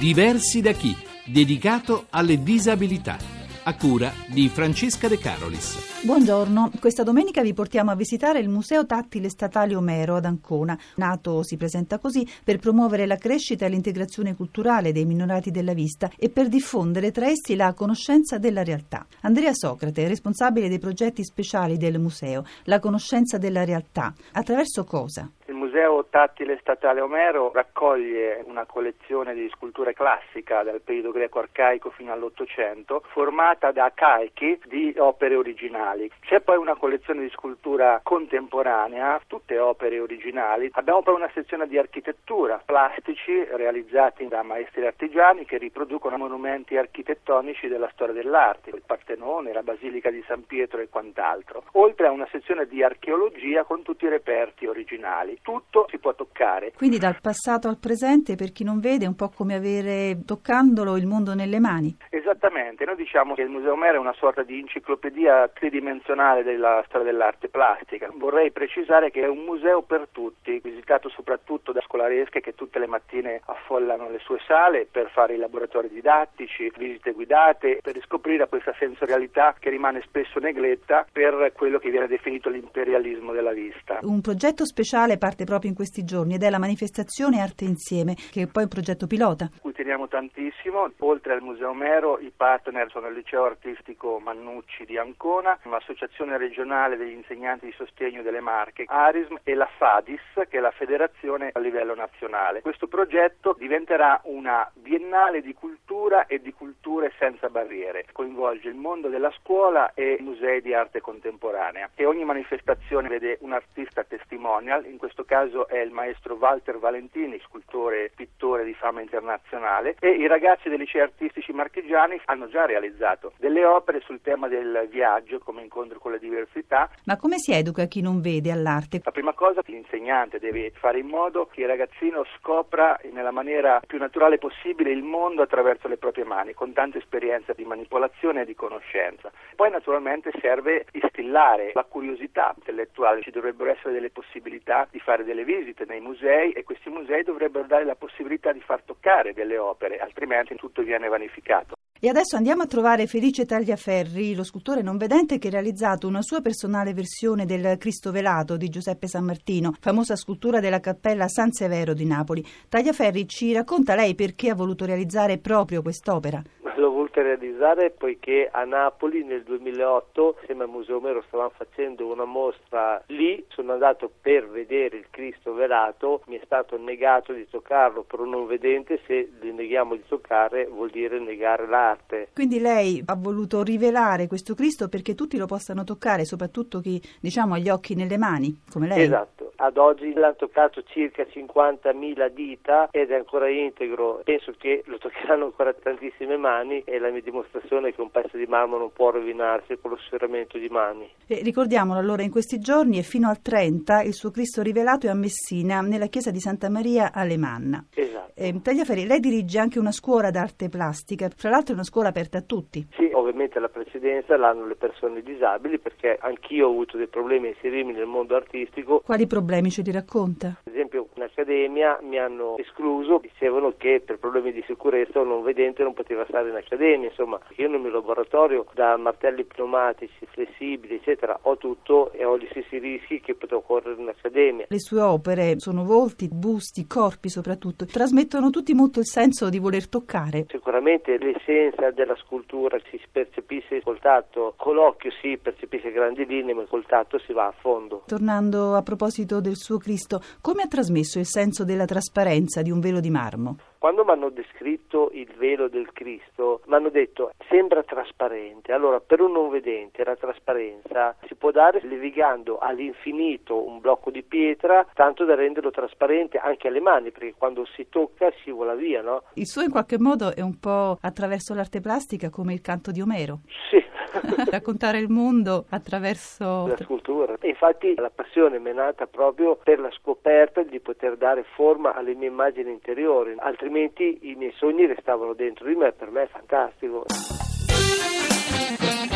Diversi da chi? Dedicato alle disabilità. A cura di Francesca De Carolis. Buongiorno, questa domenica vi portiamo a visitare il Museo Tattile Statale Omero ad Ancona. Nato, si presenta così, per promuovere la crescita e l'integrazione culturale dei minorati della vista e per diffondere tra essi la conoscenza della realtà. Andrea Socrate, responsabile dei progetti speciali del museo, la conoscenza della realtà. Attraverso cosa? Il Museo Tattile Statale Omero raccoglie una collezione di sculture classica dal periodo greco-arcaico fino all'Ottocento, formata da calchi di opere originali. C'è poi una collezione di scultura contemporanea, tutte opere originali. Abbiamo poi una sezione di architettura, plastici realizzati da maestri artigiani che riproducono monumenti architettonici della storia dell'arte, il Partenone, la Basilica di San Pietro e quant'altro. Oltre a una sezione di archeologia con tutti i reperti originali. Tutto si può toccare. Quindi dal passato al presente, per chi non vede, è un po' come avere, toccandolo, il mondo nelle mani. Esattamente, noi diciamo che il Museo Omero è una sorta di enciclopedia tridimensionale della storia dell'arte plastica. Vorrei precisare che è un museo per tutti, visitato soprattutto da scolaresche che tutte le mattine affollano le sue sale per fare i laboratori didattici, visite guidate, per riscoprire questa sensorialità che rimane spesso negletta per quello che viene definito l'imperialismo della vista. Un progetto speciale parte proprio in questi giorni ed è la manifestazione Arte Insieme, che è poi un progetto pilota. Cui teniamo tantissimo. Oltre al Museo Omero, i partner sono il Liceo Artistico Mannucci di Ancona, l'Associazione Regionale degli Insegnanti di Sostegno delle Marche, ARISM, e la FADIS, che è la federazione a livello nazionale. Questo progetto diventerà una biennale di cultura e di culture senza barriere. Coinvolge il mondo della scuola e musei di arte contemporanea. E ogni manifestazione vede un artista testimonial, in questo caso è il maestro Walter Valentini, scultore e pittore di fama internazionale, e i ragazzi dei licei artistici marchigiani hanno già realizzato delle opere sul tema del viaggio come incontro con la diversità. Ma come si educa chi non vede all'arte? La prima cosa, l'insegnante deve fare in modo che il ragazzino scopra nella maniera più naturale possibile il mondo attraverso le proprie mani, con tanta esperienza di manipolazione e di conoscenza. Poi naturalmente serve instillare la curiosità intellettuale, ci dovrebbero essere delle possibilità di fare delle visite nei musei e questi musei dovrebbero dare la possibilità di far toccare delle opere, altrimenti tutto viene vanificato. E adesso andiamo a trovare Felice Tagliaferri, lo scultore non vedente che ha realizzato una sua personale versione del Cristo Velato di Giuseppe Sammartino, famosa scultura della Cappella San Severo di Napoli. Tagliaferri, ci racconta lei perché ha voluto realizzare proprio quest'opera? L'ho voluto realizzare poiché a Napoli nel 2008 insieme al Museo Omero stavamo facendo una mostra lì, sono andato per vedere il Cristo Velato, mi è stato negato di toccarlo per un non vedente, se li neghiamo di toccare vuol dire negare l'arte. Quindi lei ha voluto rivelare questo Cristo perché tutti lo possano toccare, soprattutto chi ha gli occhi nelle mani, come lei. Esatto, ad oggi l'hanno toccato circa 50.000 dita ed è ancora integro, penso che lo toccheranno ancora tantissime mani e la mia dimostrazione è che un pezzo di marmo non può rovinarsi con lo sferramento di mani. Ricordiamolo allora, in questi giorni e fino al 30 il suo Cristo rivelato è a Messina, nella chiesa di Santa Maria Alemanna. Esatto. Tagliaferri, lei dirige anche una scuola d'arte plastica, fra l'altro è una scuola aperta a tutti. Sì, ovviamente la precedenza l'hanno le persone disabili perché anch'io ho avuto dei problemi a inserirmi nel mondo artistico. Quali problemi ce li racconta? Ad esempio in accademia mi hanno escluso, dicevano che per problemi di sicurezza un non vedente non poteva stare in accademia, insomma io nel mio laboratorio da martelli pneumatici, flessibili eccetera ho tutto e ho gli stessi rischi che potevo correre in accademia. Le sue opere sono volti, busti, corpi soprattutto, trasmettono tutti molto il senso di voler toccare. Sicuramente l'essenza della scultura si percepisce col tatto, con l'occhio si percepisce grandi linee ma col tatto si va a fondo. Tornando a proposito del suo Cristo, come ha trasmesso il senso della trasparenza di un velo di marmo? Quando mi hanno descritto il velo del Cristo, mi hanno detto sembra trasparente. Allora, per un non vedente la trasparenza si può dare levigando all'infinito un blocco di pietra, tanto da renderlo trasparente anche alle mani, perché quando si tocca scivola via, no? Il suo in qualche modo è un po' attraverso l'arte plastica come il canto di Omero. Sì. Raccontare il mondo attraverso la scultura. E infatti la passione mi è nata proprio per la scoperta di poter dare forma alle mie immagini interiori, altrimenti i miei sogni restavano dentro di me, per me è fantastico.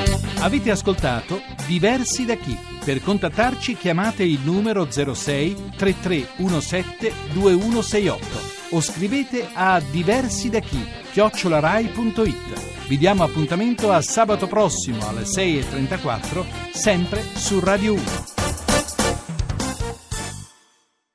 Avete ascoltato Diversi da chi? Per contattarci chiamate il numero 06 3317 2168 o scrivete a diversidachi@rai.it. Vi diamo appuntamento a sabato prossimo alle 6:34, sempre su Radio 1.